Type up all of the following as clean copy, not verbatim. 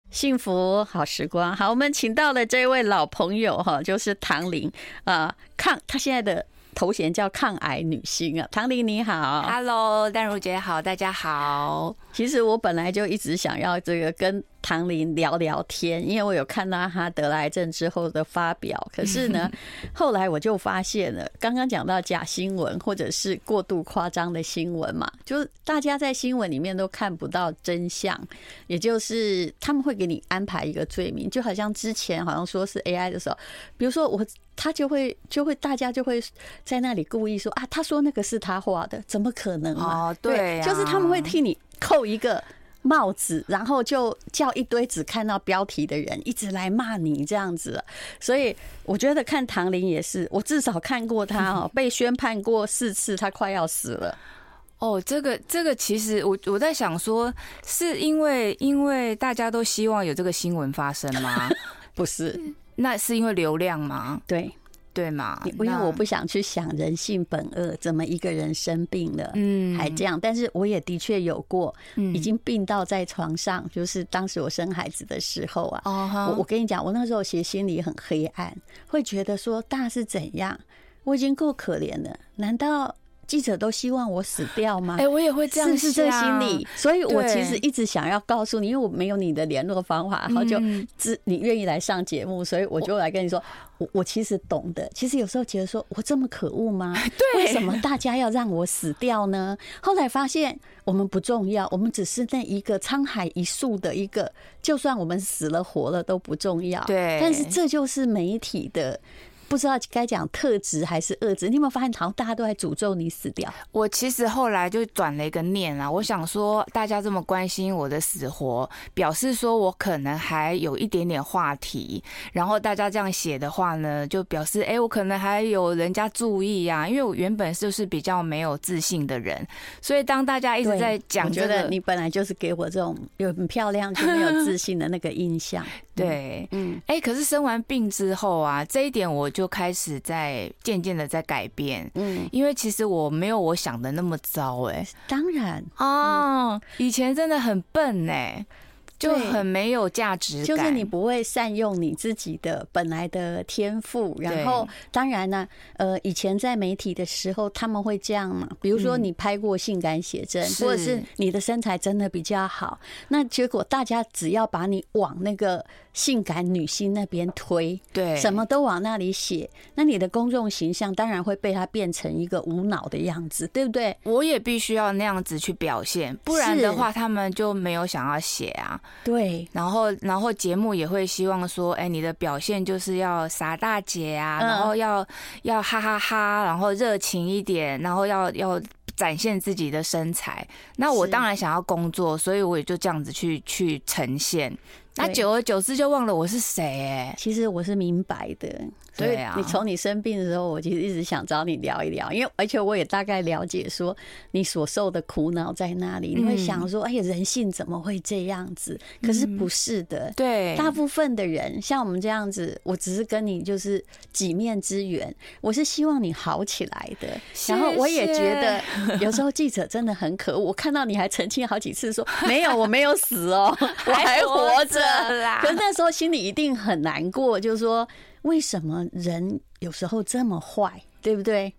幸福好时光。好，我们请到了这位老朋友哈，就是唐玲她现在的头衔叫抗癌女星啊。唐玲你好。 Hello， 淡如姐好，大家好。 其实我本来就一直想要这个跟唐玲聊聊天，因为我有看到她得了癌症之后的发表。可是呢，后来我就发现了，刚刚讲到假新闻或者是过度夸张的新闻嘛，就是大家在新闻里面都看不到真相，也就是他们会给你安排一个罪名，就好像之前好像说是 AI 的时候，比如说他就会大家就会在那里故意说啊，他说那个是他画的，怎么可能嘛？ 哦，对啊， 就是他们会替你扣一个帽子，然后就叫一堆只看到标题的人一直来骂你这样子。所以我觉得看唐玲也是，我至少看过他被宣判过4次，他快要死了。 哦，这个其实我在想说，是因为大家都希望有这个新闻发生吗？ 不是， 那是因为流量吗？对嘛？ 因为我不想去想人性本恶，怎么一个人生病了，还这样。但是我也的确有过，已经病到在床上，就是当时我生孩子的时候啊。我跟你讲，我那时候其实心里很黑暗，会觉得说大是怎样，我已经够可怜了，难道记者都希望我死掉吗？ 我也会这样想， 是这个心理。所以我其实一直想要告诉你，因为我没有你的联络方法，然后就你愿意来上节目，所以我就来跟你说，我其实懂的。其实有时候觉得说，我这么可恶吗？为什么大家要让我死掉呢？后来发现我们不重要，我们只是那一个沧海一粟的一个，就算我们死了活了都不重要。 对， 但是这就是媒体的。不知道该讲特质还是恶质，你有没有发现好像大家都在诅咒你死掉？ 我其实后来就转了一个念啊，我想说大家这么关心我的死活，表示说我可能还有一点点话题，然后大家这样写的话呢，就表示我可能还有人家注意啊，因为我原本就是比较没有自信的人，所以当大家一直在讲这个， 我觉得你本来就是给我这种有很漂亮就没有自信的那个印象。 对，可是生完病之后啊，这一点我就开始渐渐的在改变，因为其实我没有我想的那么糟， 当然以前真的很笨就很没有价值感， 就是你不会善用你自己的本来的天赋。然后当然呢，以前在媒体的时候他们会这样嘛，比如说你拍过性感写真，或者是你的身材真的比较好，那结果大家只要把你往那个性感女星那边推， 对， 什么都往那里写，那你的公众形象当然会被它变成一个无脑的样子，对不对？ 我也必须要那样子去表现，不然的话他们就没有想要写啊。 对， 然后节目也会希望说，你的表现就是要傻大姐啊，然后要哈哈哈，然后热情一点，然后要展现自己的身材。那我当然想要工作，所以我也就这样子去呈现。那久而久之就忘了我是谁其实我是明白的，所以你从你生病的时候，我其实一直想找你聊一聊，因为而且我也大概了解说你所受的苦恼在哪里。你会想说，哎呀，人性怎么会这样子？可是不是的， 对， 大部分的人像我们这样子，我只是跟你就是几面之缘，我是希望你好起来的。然后我也觉得有时候记者真的很可恶，我看到你还澄清好几次说没有，我没有死哦，我还活着。可是那时候心里一定很难过，就是说为什么人有时候这么坏，对不对？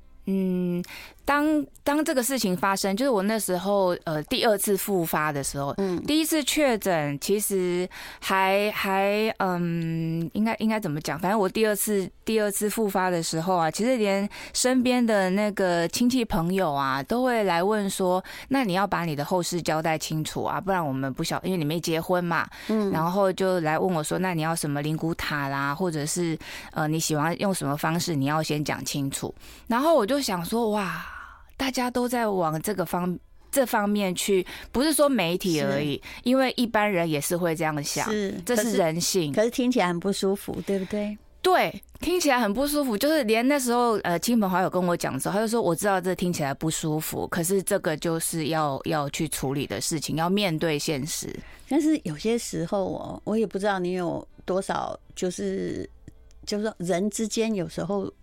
当这个事情发生，就是我那时候第2次复发的时候，第1次确诊其实还应该怎么讲？反正我第二次复发的时候啊，其实连身边的那个亲戚朋友啊，都会来问说，那你要把你的后事交代清楚啊，不然我们不晓，因为你没结婚嘛，然后就来问我说，那你要什么灵骨塔啦，或者是你喜欢用什么方式，你要先讲清楚。然后我就想说，哇，大家都在往这方面去，不是说媒体而已，因为一般人也是会这样想，这是人性。 可是听起来很不舒服，对不对？ 对，听起来很不舒服。就是连那时候亲朋好友跟我讲的时候，他就说我知道这听起来不舒服，可是这个就是要去处理的事情，要面对现实。 但是有些时候我也不知道你有多少，就是说人之间有时候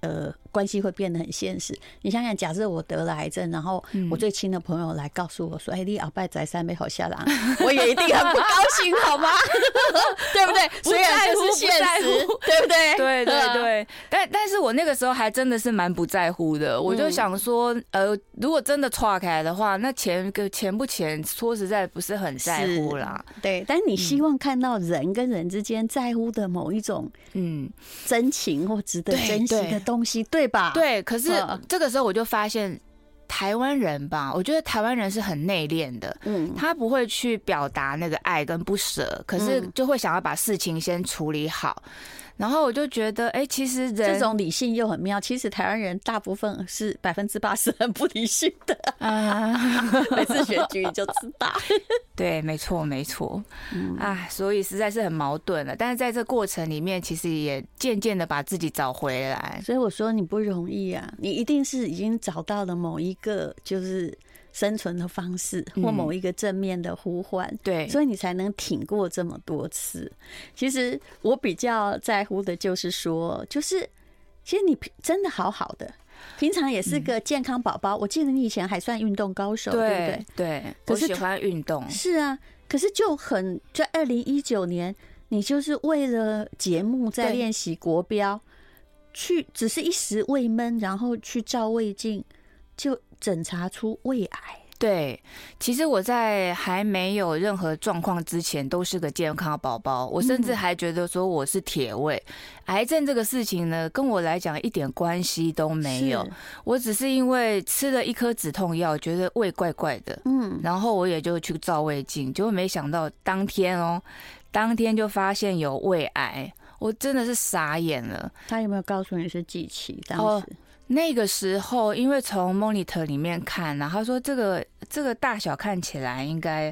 关系会变得很现实。你想想，假设我得了癌症，然后我最亲的朋友来告诉我说：“你后摆在3杯好下郎”，我也一定很不高兴，好吗？对不对？虽然这是现实，对不对？ 对对对。但是我那个时候还真的是蛮不在乎的，我就想说，如果真的岔开的话，那钱不钱，说实在不是很在乎啦。 对，但你希望看到人跟人之间在乎的某一种真情或值得珍惜的东西，对吧？ 对，可是这个时候我就发现台湾人吧，我觉得台湾人是很内敛的，他不会去表达那个爱跟不舍，可是就会想要把事情先处理好。然后我就觉得，其实人这种理性又很妙。其实台湾人大部分是80%很不理性的啊，每次选举你就知道。 对，没错，没错。所以实在是很矛盾了。但是在这过程里面，其实也渐渐的把自己找回来。 所以我说你不容易啊，你一定是已经找到了某一个就是生存的方式，或某一个正面的呼唤， 对， 所以你才能挺过这么多次。其实我比较在乎的就是说，就是其实你真的好好的，平常也是个健康宝宝。我记得你以前还算运动高手，对不对？ 对，我喜欢运动。 是啊，可是在2019年，你就是为了节目在练习国标，只是一时胃闷，然后去照胃镜，就诊查出胃癌。 对，其实我在还没有任何状况之前都是个健康宝宝，我甚至还觉得说我是铁胃。癌症这个事情呢，跟我来讲一点关系都没有，我只是因为吃了一颗止痛药，觉得胃怪怪的，然后我也就去照胃镜，结果没想到当天就发现有胃癌，我真的是傻眼了。 他有没有告诉你是几期？当时？ 那个时候，因为从 monitor 里面看，然后他说这个大小看起来应该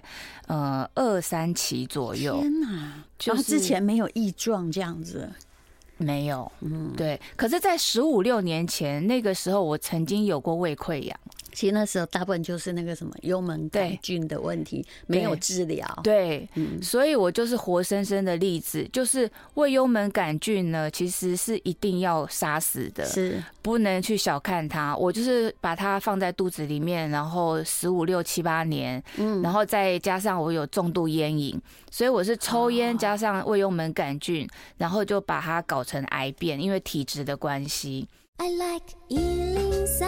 2、3期左右。 天哪！然后之前没有异状这样子。 没有，对。可是，在15、16年前，那个时候我曾经有过胃溃疡。 其实那时候大部分就是那个什么幽门杆菌的问题，没有治疗。 对，所以我就是活生生的例子，就是胃幽门杆菌呢，其实是一定要杀死的， 是不能去小看它。我就是把它放在肚子里面，然后15、16、7、8年，然后再加上我有重度烟瘾，所以我是抽烟加上胃幽门杆菌，然后就把它搞成癌变，因为体质的关系。I like 103。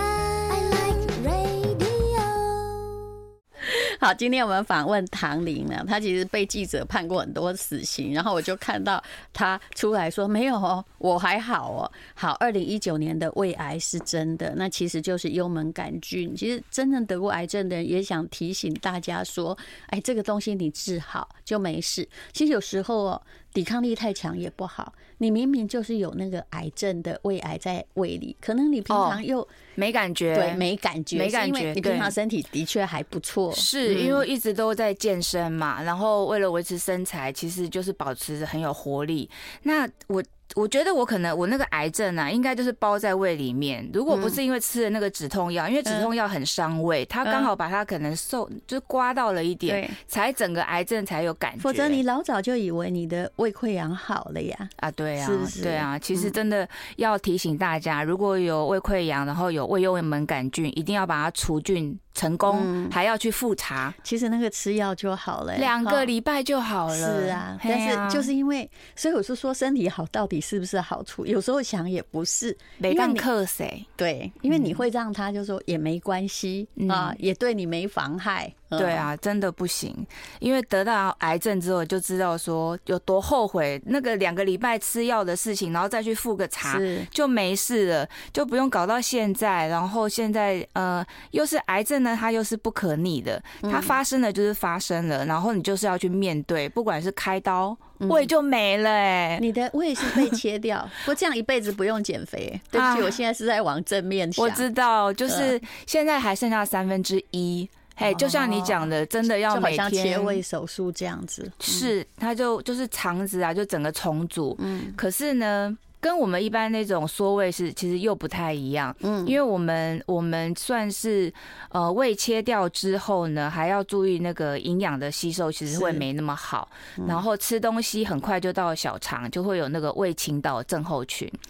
好，今天我们访问唐玲呢，她其实被记者判过很多死刑，然后我就看到她出来说没有哦，我还好哦。好，2019年的胃癌是真的，那其实就是幽门杆菌。其实真正得过癌症的人也想提醒大家说，这个东西你治好就没事。其实有时候抵抗力太强也不好，你明明就是有那个癌症的胃癌在胃里，可能你平常又没感觉， 对，没感觉，因为你平常身体的确还不错， 是因为一直都在健身嘛，然后为了维持身材，其实就是保持着很有活力。那我觉得我那个癌症啊，应该就是包在胃里面。如果不是因为吃了那个止痛药，因为止痛药很伤胃，它刚好把它可能就是刮到了一点，才整个癌症才有感觉。 否则你老早就以为你的胃溃疡好了呀。 对啊， 是不是？ 对啊，其实真的要提醒大家，如果有胃溃疡，然后有胃幽门杆菌，一定要把它除菌成功，还要去复查。 其实那个吃药就好了 ，2个礼拜就好了。 是啊，但是就是因为，所以我是说身体好到底是不是好处？有时候想也不是， 没当克谁？ 对，因为你会让他就说也没关系啊，也对你没妨害。 对啊，真的不行，因为得到癌症之后就知道说有多后悔那个2个礼拜吃药的事情，然后再去复个查就没事了，就不用搞到现在。然后现在又是癌症呢，它又是不可逆的，它发生了就是发生了，然后你就是要去面对，不管是开刀。胃就没了你的胃是被切掉，不这样一辈子不用减肥。对不起，我现在是在往正面想。 我知道，就是现在还剩下1/3。就像你讲的，真的要每天就好像切胃手术这样子。 是，它就是肠子啊，就整个重组。可是呢，跟我们一般那种缩胃其实又不太一样。因为我们算是胃切掉之后呢，还要注意那个营养的吸收，其实会没那么好。然后吃东西很快就到小肠，就会有那个胃倾倒症候群。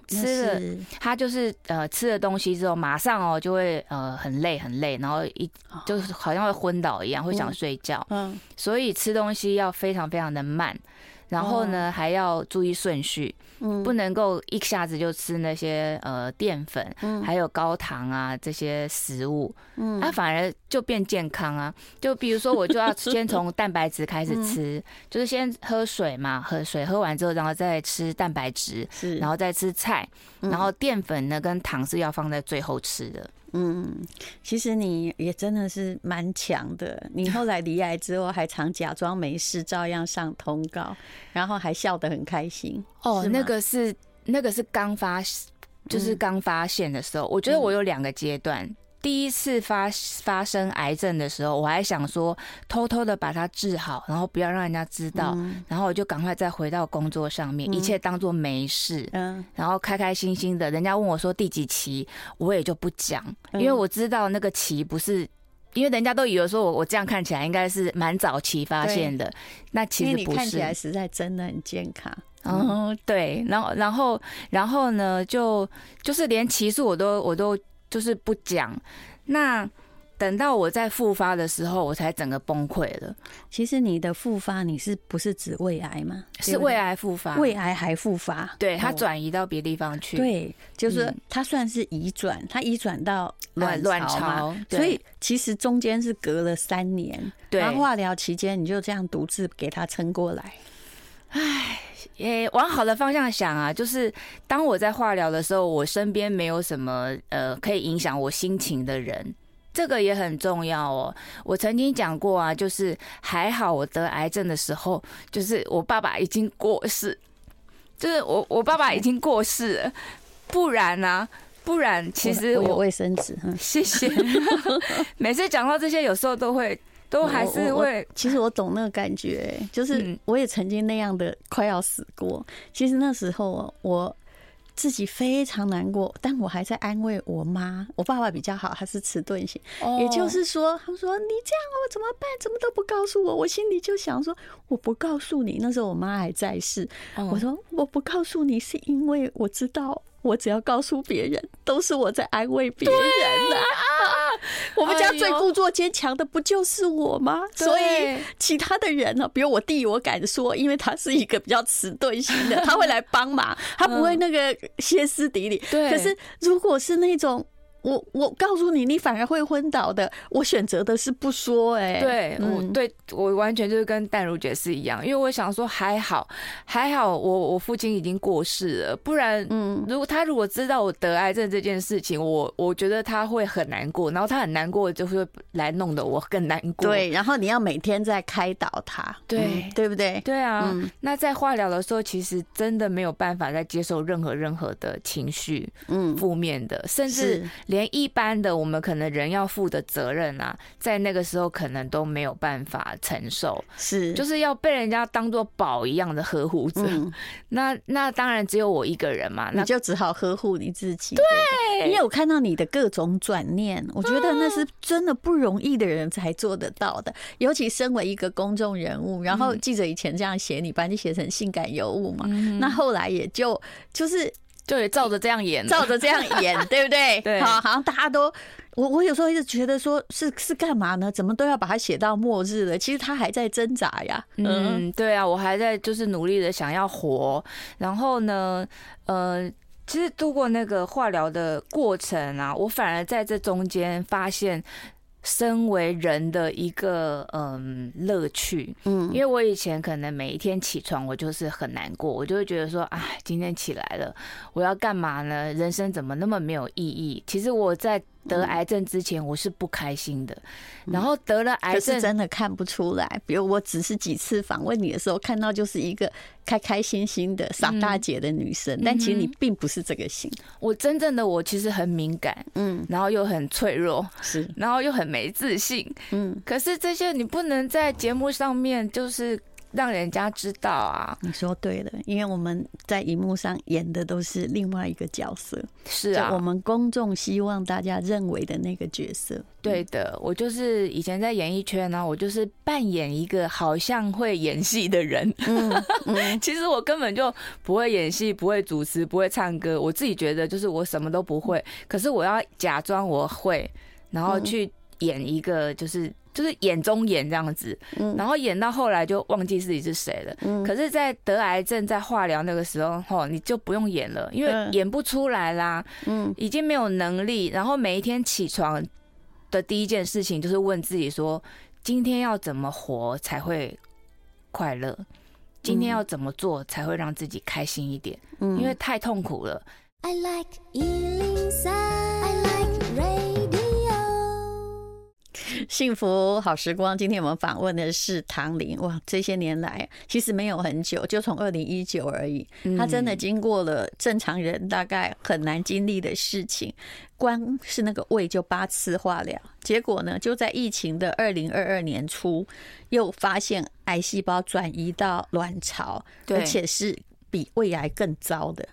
吃了他就是吃了东西之后，马上就会很累，然后就是好像会昏倒一样，会想睡觉。所以吃东西要非常非常的慢。然后呢，还要注意顺序，不能够一下子就吃那些淀粉，还有高糖啊这些食物，它反而就变健康啊。就比如说，我就要先从蛋白质开始吃，就是先喝水嘛，喝完之后，然后再吃蛋白质，然后再吃菜，然后淀粉呢跟糖是要放在最后吃的。 其实你也真的是蛮强的。你后来罹癌之后，还常假装没事，照样上通告，然后还笑得很开心。 那个是刚发现的时候，我觉得我有2个阶段。第一次发生癌症的时候，我还想说偷偷的把它治好，然后不要让人家知道，然后我就赶快再回到工作上面，一切当作没事，然后开开心心的。人家问我说第几期，我也就不讲，因为我知道那个期不是。因为人家都以为说我这样看起来应该是蛮早期发现的，那其实不是。因为你看起来实在真的很健康。 对，然后呢，就是连期数我都就是不讲。那等到我在复发的时候，我才整个崩溃了。 其实你的复发，你是不是指胃癌吗？ 是胃癌复发， 胃癌还复发， 对，它转移到别地方去。 对，就是它算是移转，它移转到卵巢，所以其实中间是隔了3年。对，然后化疗期间你就这样独自给它撑过来。 往好的方向想啊，就是当我在化疗的时候，我身边没有什么可以影响我心情的人。这个也很重要哦。我曾经讲过啊，就是还好我得癌症的时候，就是我爸爸已经过世，就是我爸爸已经过世了，不然其实我有卫生纸， 谢谢。每次讲到这些，有时候都还是会。 其实我懂那个感觉，就是我也曾经那样的快要死过。其实那时候我自己非常难过，但我还在安慰我妈。我爸爸比较好，他是迟钝型，也就是说，他们说你这样我怎么办？怎么都不告诉我？我心里就想说，我不告诉你。那时候我妈还在世，我说我不告诉你，是因为我知道，我只要告诉别人，都是我在安慰别人啊。我们家最故作坚强的不就是我吗？所以其他的人呢，比如我弟，我敢说，因为他是一个比较迟钝型的，他会来帮忙，他不会那个歇斯底里。可是如果是那种我告诉你，你反而会昏倒的。我选择的是不说。 我完全就是跟淡如姐是一样，因为我想说还好，我父亲已经过世了，不然如果知道我得癌症这件事情，我觉得他会很难过，然后他很难过就会来弄得我更难过。 对，然后你要每天在开导他，对不对？ 对啊。那在化疗的时候，其实真的没有办法再接受任何的情绪，负面的，甚至连一般的我们可能人要负的责任啊，在那个时候可能都没有办法承受，就是要被人家当作宝一样的呵护着。那当然只有我一个人嘛， 你就只好呵护你自己。对，因为我看到你的各种转念，我觉得那是真的不容易的人才做得到的。尤其身为一个公众人物，然后记者以前这样写你，把你写成性感尤物嘛，那后来也就是对，照着这样演， 对不对？ 对， 好像大家都，我有时候一直觉得说是干嘛呢？怎么都要把它写到末日了？其实他还在挣扎呀。 对啊，我还在就是努力的想要活。然后呢，其实度过那个化疗的过程啊，我反而在这中间发现身为人的一个乐趣。因为我以前可能每一天起床我就是很难过，我就会觉得说，哎，今天起来了，我要干嘛呢？人生怎么那么没有意义？其实我在得癌症之前我是不开心的，然后得了癌症可是真的看不出来。比如我只是几次访问你的时候看到就是一个开开心心的傻大姐的女生，但其实你并不是这个型。 我真正的我其实很敏感，然后又很脆弱，然后又很没自信，可是这些你不能在节目上面就是让人家知道啊。 你说对了，因为我们在荧幕上演的都是另外一个角色， 是啊， 就我们公众希望大家认为的那个角色。 对的，我就是以前在演艺圈呢，我就是扮演一个好像会演戏的人。其实我根本就不会演戏，不会主持，不会唱歌。我自己觉得就是我什么都不会，可是我要假装我会，然后去演一个就是眼中演这样子，然后演到后来就忘记自己是谁了。可是，在得癌症在化疗那个时候，你就不用演了，因为演不出来啦，已经没有能力。然后每一天起床的第一件事情就是问自己说，今天要怎么活才会快乐？今天要怎么做才会让自己开心一点？因为太痛苦了。I like 103, I like radio。 幸福好时光，今天我们访问的是唐玲。哇，这些年来其实没有很久，就从2019而已。他真的经过了正常人大概很难经历的事情，光是那个胃就8次化疗，结果呢，就在疫情的2022年初，又发现癌细胞转移到卵巢，而且是比胃癌更糟的。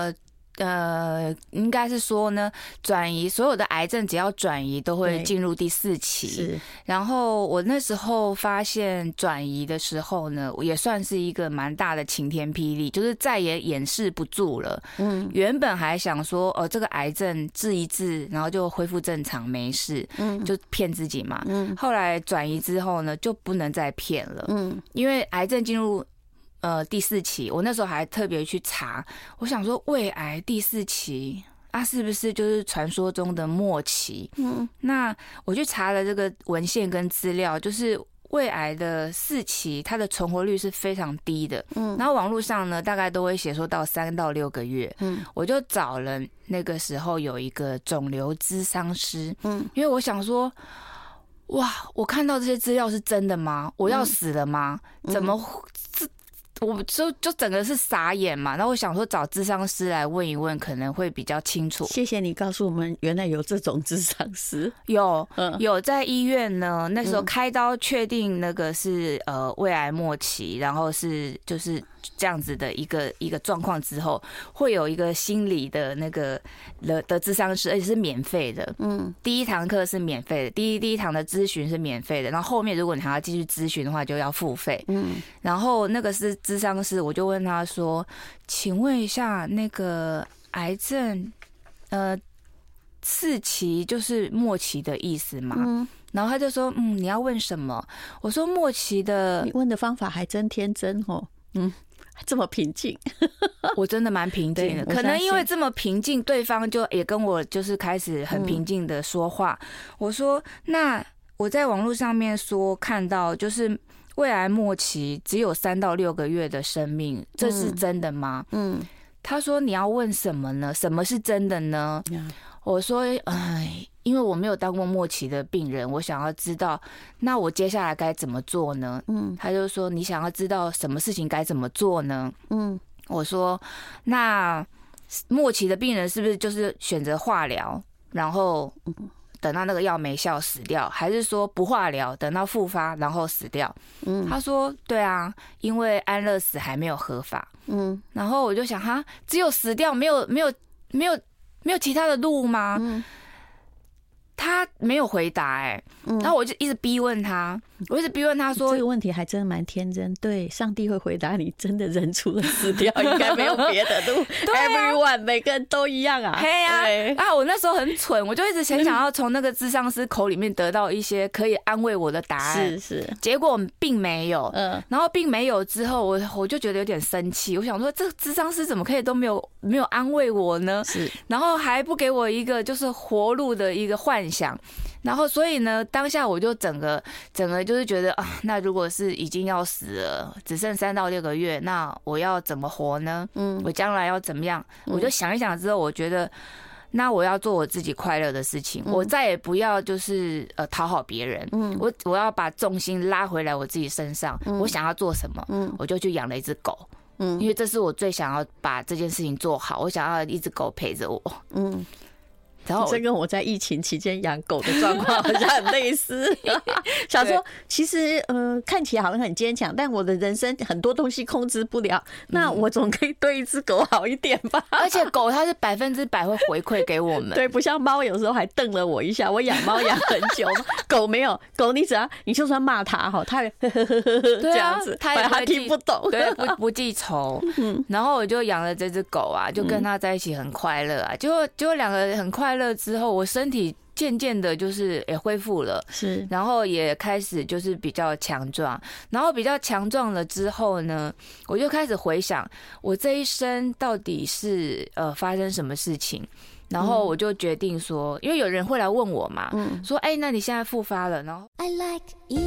应该是说呢，转移所有的癌症只要转移都会进入第4期。然后我那时候发现转移的时候呢，也算是一个蛮大的晴天霹雳，就是再也掩饰不住了。原本还想说这个癌症治一治，然后就恢复正常没事，就骗自己嘛。后来转移之后呢，就不能再骗了。因为癌症进入第4期，我那时候还特别去查，我想说胃癌第4期啊，是不是就是传说中的末期？那我去查了这个文献跟资料，就是胃癌的4期，它的存活率是非常低的。然后网络上呢，大概都会写说到3到6个月。我就找了那个时候有一个肿瘤咨商师，因为我想说，哇，我看到这些资料是真的吗？我要死了吗？怎么？我就整个是傻眼嘛，然后我想说找咨商师来问一问，可能会比较清楚。 谢谢你告诉我们，原来有这种咨商师。 有在医院呢，那时候开刀确定那个是胃癌末期，然后是就是这样子的一个状况之后，会有一个心理的那个的咨商师，而且是免费的。第1堂课是免费的，第一堂的咨询是免费的，然后后面如果你还要继续咨询的话，就要付费。然后那个是咨商师，我就问他说：“请问一下，那个癌症4期就是末期的意思吗？”然后他就说：“你要问什么？”我说：“末期的。” 你问的方法还真天真哦。这么平静。 我真的蛮平静的，可能因为这么平静，对方就也跟我就是开始很平静的说话。我说：“那我在网络上面说看到就是胃癌末期只有3到6个月的生命，这是真的吗？”他说：“你要问什么呢？什么是真的呢？”我说：“因为我没有当过末期的病人，我想要知道，那我接下来该怎么做呢？”他就说：“你想要知道什么事情该怎么做呢？”我说：“那末期的病人是不是就是选择化疗，然后等到那个药没效死掉，还是说不化疗，等到复发然后死掉？”他说：“对啊，因为安乐死还没有合法。”然后我就想，哈，只有死掉，没有其他的路吗？他没有回答然后我就一直逼问他，说这个问题还真蛮天真。对，上帝会回答你，真的人除了死掉，应该没有别的路。Everyone 每个人都一样啊。 我那时候很蠢，我就一直想要从那个咨商师口里面得到一些可以安慰我的答案，是，结果并没有。然后并没有之后，我就觉得有点生气，我想说这咨商师怎么可以都没有安慰我呢？是，然后还不给我一个就是活路的一个幻想。然后所以呢，当下我就整个就是觉得那如果是已经要死了，只剩3到6个月，那我要怎么活呢？我将来要怎么样？我就想一想之后，我觉得那我要做我自己快乐的事情，我再也不要就是讨好别人。我要把重心拉回来我自己身上。我想要做什么，我就去养了一只狗。因为这是我最想要把这件事情做好，我想要一只狗陪着我。 然后这跟我在疫情期间养狗的状况好像很类似。想说，其实看起来好像很坚强，但我的人生很多东西控制不了，那我总可以对一只狗好一点吧？ 而且狗它是100%会回馈给我们， 对，不像猫有时候还瞪了我一下。我养猫养很久，狗没有，狗你只要你就算骂它哈，它这样子，它听不懂， 对，不记仇。然后我就养了这只狗啊，就跟它在一起很快乐啊，结果两个人很快乐之后，我身体渐渐的就是也恢复了， 是， 然后也开始就是比较强壮，然后比较强壮了之后呢，我就开始回想我这一生到底是发生什么事情，然后我就决定说，因为有人会来问我嘛，说哎，那你现在复发了，然后 I like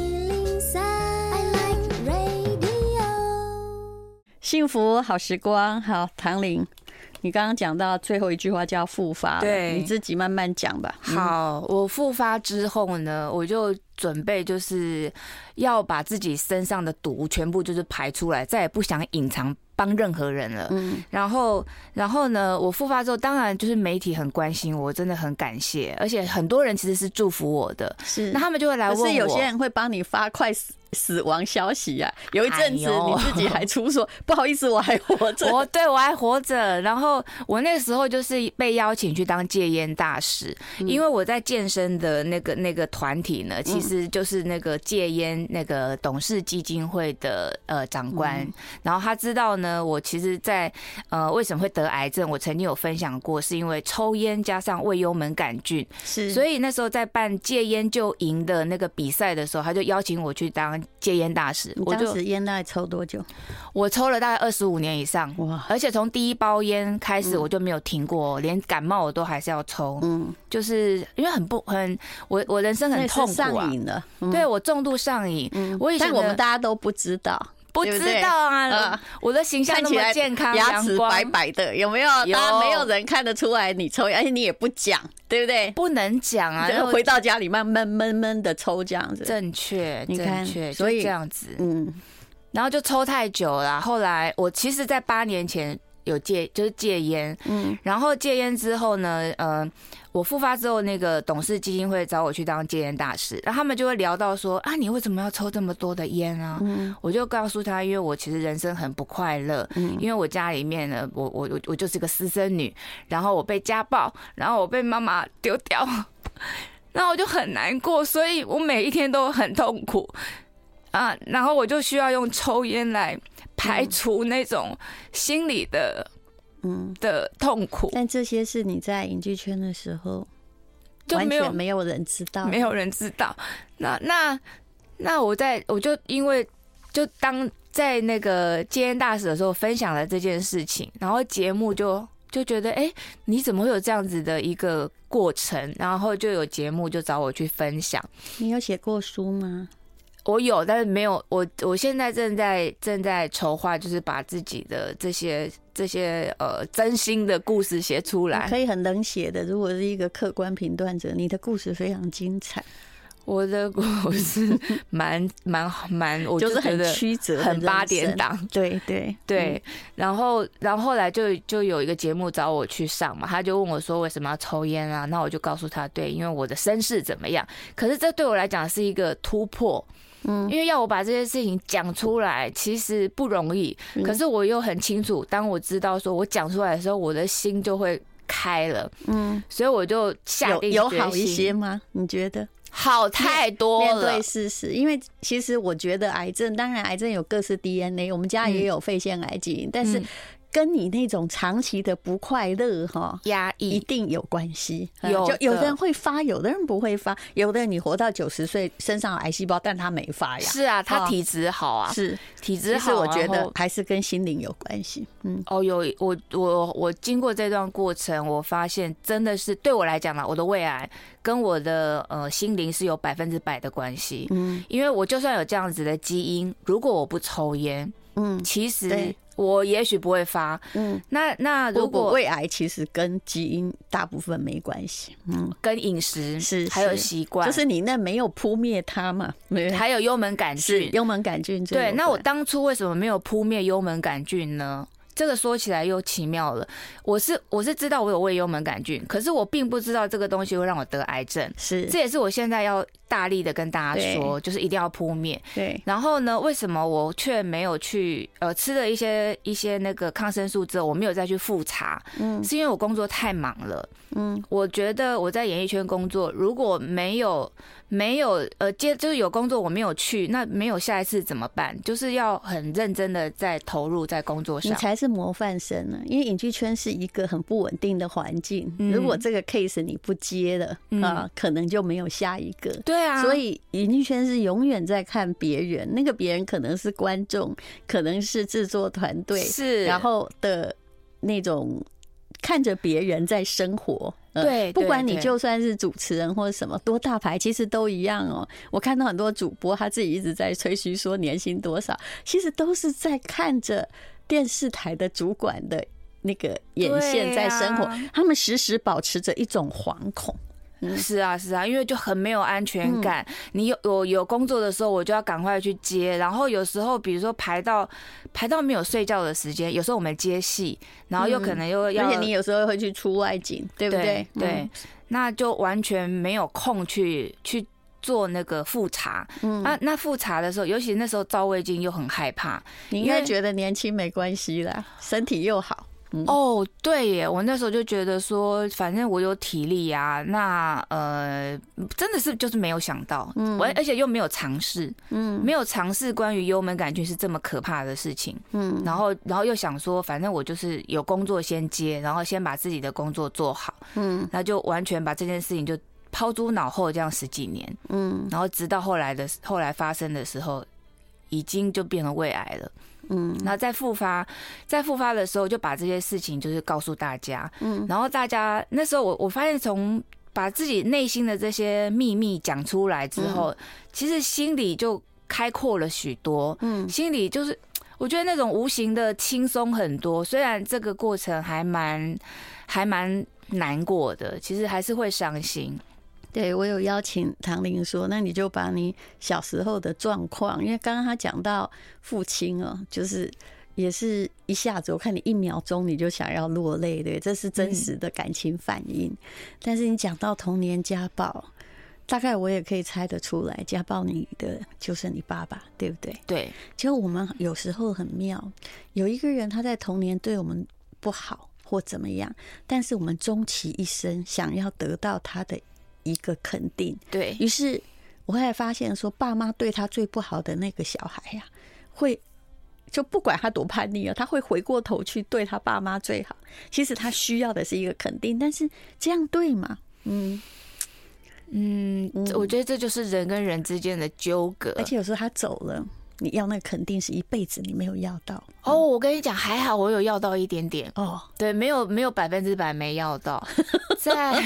103, I like radio。 幸福好时光，好，唐玲。你刚刚讲到最后一句话叫复发， 对， 你自己慢慢讲吧。 好，我复发之后呢，我就准备就是要把自己身上的毒全部就是排出来，再也不想隐藏帮任何人了。然后呢，我复发之后，当然就是媒体很关心我，真的很感谢，而且很多人其实是祝福我的。是，那他们就会来问我， 可是有些人会帮你发快死亡消息啊。有一阵子你自己还出说，不好意思，我还活着。 对，我还活着。然后我那个时候就是被邀请去当戒烟大使，因为我在健身的那个团体呢，其实就是那个戒烟那个董事基金会的长官，然后他知道呢，我其实在为什么会得癌症，我曾经有分享过，是因为抽烟加上胃幽门杆菌，是，所以那时候在办戒烟就赢的那个比赛的时候，他就邀请我去当戒烟大使。 你当时烟大概抽多久？ 我抽了大概25年以上，哇！而且从第一包烟开始我就没有停过，连感冒我都还是要抽。就是因为我人生很痛苦啊， 上瘾了。 对，我重度上瘾。但我们大家都不知道。 不知道啊，我的形象那么健康， 牙齿白白的，有没有？当然没有人看得出来你抽烟，而且你也不讲，对不对？ 不能讲啊， 回到家里闷的抽这样子。 正确，正确， 所以这样子，然后就抽太久了。后来我其实，在8年前有戒烟，然后戒烟之后呢，我复发之后，那个董事基金会找我去当戒烟大使，然后他们就会聊到说啊，你为什么要抽这么多的烟啊？我就告诉他，因为我其实人生很不快乐，因为我家里面呢，我就是个私生女，然后我被家暴，然后我被妈妈丢掉，然后我就很难过，所以我每一天都很痛苦啊，然后我就需要用抽烟来排除那种心理的痛苦。 但这些是你在影剧圈的时候就完全没有人知道， 没有人知道。那我就因为就当在那个戒烟大使的时候分享了这件事情，然后节目就觉得你怎么会有这样子的一个过程？然后就有节目就找我去分享。 你有写过书吗？ 我有，但是没有。我现在正在筹划，就是把自己的这些真心的故事写出来。 可以很冷血的，如果是一个客观评断者，你的故事非常精彩。 我的故事蛮，我就是很曲折， 很8点档。对。然后后来就有一个节目找我去上嘛，他就问我说为什么要抽烟啊？那我就告诉他，对，因为我的身世怎么样。可是这对我来讲是一个突破。因为要我把这些事情讲出来，其实不容易。可是我又很清楚，当我知道说我讲出来的时候，我的心就会开了。所以我就下定决心。 有好一些吗？你觉得？ 好太多了。 面对事实，因为其实我觉得癌症，当然癌症有各式 DNA， 我们家也有肺腺癌基因，但是跟你那种长期的不快乐压抑一定有关系。有的人会发，有的人不会发，有的人你活到90岁身上有癌细胞，但他没发呀。 是啊，他体质好啊， 是体质好。 其实我觉得还是跟心灵有关系。 我经过这段过程，我发现真的是对我来讲啦，我的胃癌跟我的心灵是有100%的关系。因为我就算有这样子的基因，如果我不抽烟，其实我也许不会发。那如果胃癌其实跟基因大部分没关系， 跟饮食还有习惯， 就是你那没有扑灭它嘛， 还有幽门杆菌， 幽门杆菌。 对，那我当初为什么没有扑灭幽门杆菌呢？ 这个说起来又奇妙了，我是知道我有胃幽门杆菌，可是我并不知道这个东西会让我得癌症，这也是我现在要大力的跟大家说，就是一定要扑灭。 对， 然后呢，为什么我却没有去吃了一些那个抗生素之后，我没有再去复查？是因为我工作太忙了。我觉得我在演艺圈工作，如果没有就是有工作我没有去，那没有下一次怎么办？就是要很认真的在投入在工作上。 你才是模范生呢，因为影剧圈是一个很不稳定的环境。如果这个 case 你不接了可能就没有下一个。 对啊， 所以影剧圈是永远在看别人，那个别人可能是观众，可能是制作团队， 是然后的那种看着别人在生活。 对， 不管你就算是主持人或者什么多大牌，其实都一样哦。我看到很多主播他自己一直在吹嘘说年薪多少，其实都是在看着电视台的主管的那个眼线在生活，他们时时保持着一种惶恐。 是啊，因为就很没有安全感。你有工作的时候，我就要赶快去接，然后有时候比如说排到没有睡觉的时间，有时候我们接戏，然后又可能又要， 而且你有时候会去出外景，对不对？ 对，那就完全没有空去做那个复查。那复查的时候，尤其那时候照胃镜又很害怕。 你应该觉得年轻没关系啦，身体又好。 哦，对耶，我那时候就觉得说，反正我有体力啊，那真的是就是没有想到，而且又没有尝试，没有尝试关于幽门杆菌是这么可怕的事情，然后又想说，反正我就是有工作先接，然后先把自己的工作做好，那就完全把这件事情就抛诸脑后，这样10几年，然后直到后来发生的时候，已经就变成胃癌了。那在复发的时候，就把这些事情就是告诉大家。然后大家那时候我发现，从把自己内心的这些秘密讲出来之后，其实心里就开阔了许多。心里就是我觉得那种无形的轻松很多。虽然这个过程还蛮难过的，其实还是会伤心。 对，我有邀请唐玲说，那你就把你小时候的状况，因为刚刚他讲到父亲哦，就是也是一下子，我看你1秒钟你就想要落泪，对，这是真实的感情反应。但是你讲到童年家暴，大概我也可以猜得出来，家暴你的就是你爸爸，对不对？ 对， 其实我们有时候很妙，有一个人他在童年对我们不好或怎么样，但是我们终其一生想要得到他的一个肯定， 对于是我后来发现说，爸妈对他最不好的那个小孩呀，会就不管他多叛逆了，他会回过头去对他爸妈最好。其实他需要的是一个肯定，但是这样对吗？ 我觉得这就是人跟人之间的纠葛， 而且有时候他走了，你要那个肯定是一辈子你没有要到。 我跟你讲，还好我有要到一点点哦， 对，没有100%没要到，在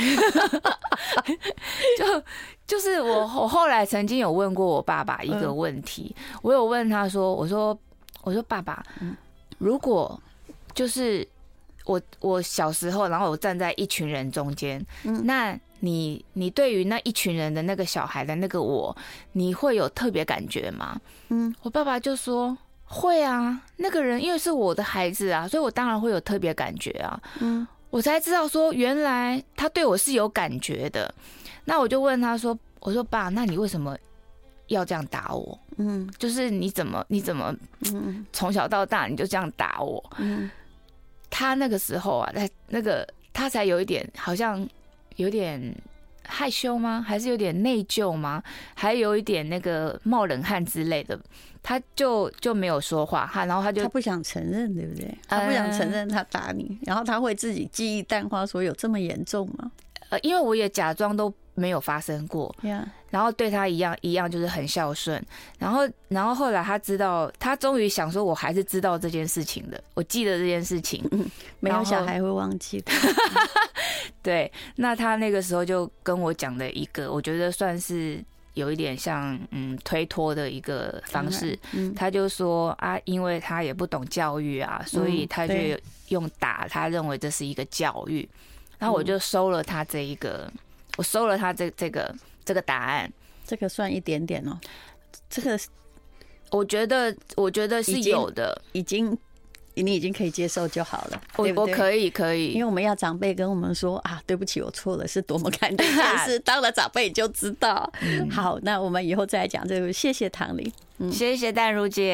就是我后来曾经有问过我爸爸一个问题，我有问他说，我说爸爸，如果就是我小时候，然后我站在一群人中间，那你对于那一群人的那个小孩的那个我，你会有特别感觉吗？我爸爸就说会啊，那个人因为是我的孩子啊，所以我当然会有特别感觉啊。我才知道说原来他对我是有感觉的。那我就问他说，我说爸，那你为什么要这样打我？就是你怎么从小到大你就这样打我？他那个时候啊，他才有一点好像有点害羞吗？还是有点内疚吗？还有一点那个冒冷汗之类的，他就没有说话，然后他不想承认，对不对？他不想承认他打你，然后他会自己记忆淡化，说有这么严重吗？ 因为我也假装都没有发生过，然后对他一样就是很孝顺，然后后来他知道，他终于想说，我还是知道这件事情的，我记得这件事情， 没有小孩会忘记的。 对，那他那个时候就跟我讲的一个，我觉得算是有一点像推脱的一个方式，他就说啊，因为他也不懂教育啊，所以他就用打，他认为这是一个教育。然后我就收了他这一个，我收了他这个答案， 这个算一点点哦，这个我觉得是有的， 已经你已经可以接受就好了，对不对？ 我可以， 因为我们要长辈跟我们说啊，对不起，我错了，是多么感动的一件事。当了长辈你就知道。好，那我们以后再来讲这个。谢谢唐玲， 谢谢淡如姐。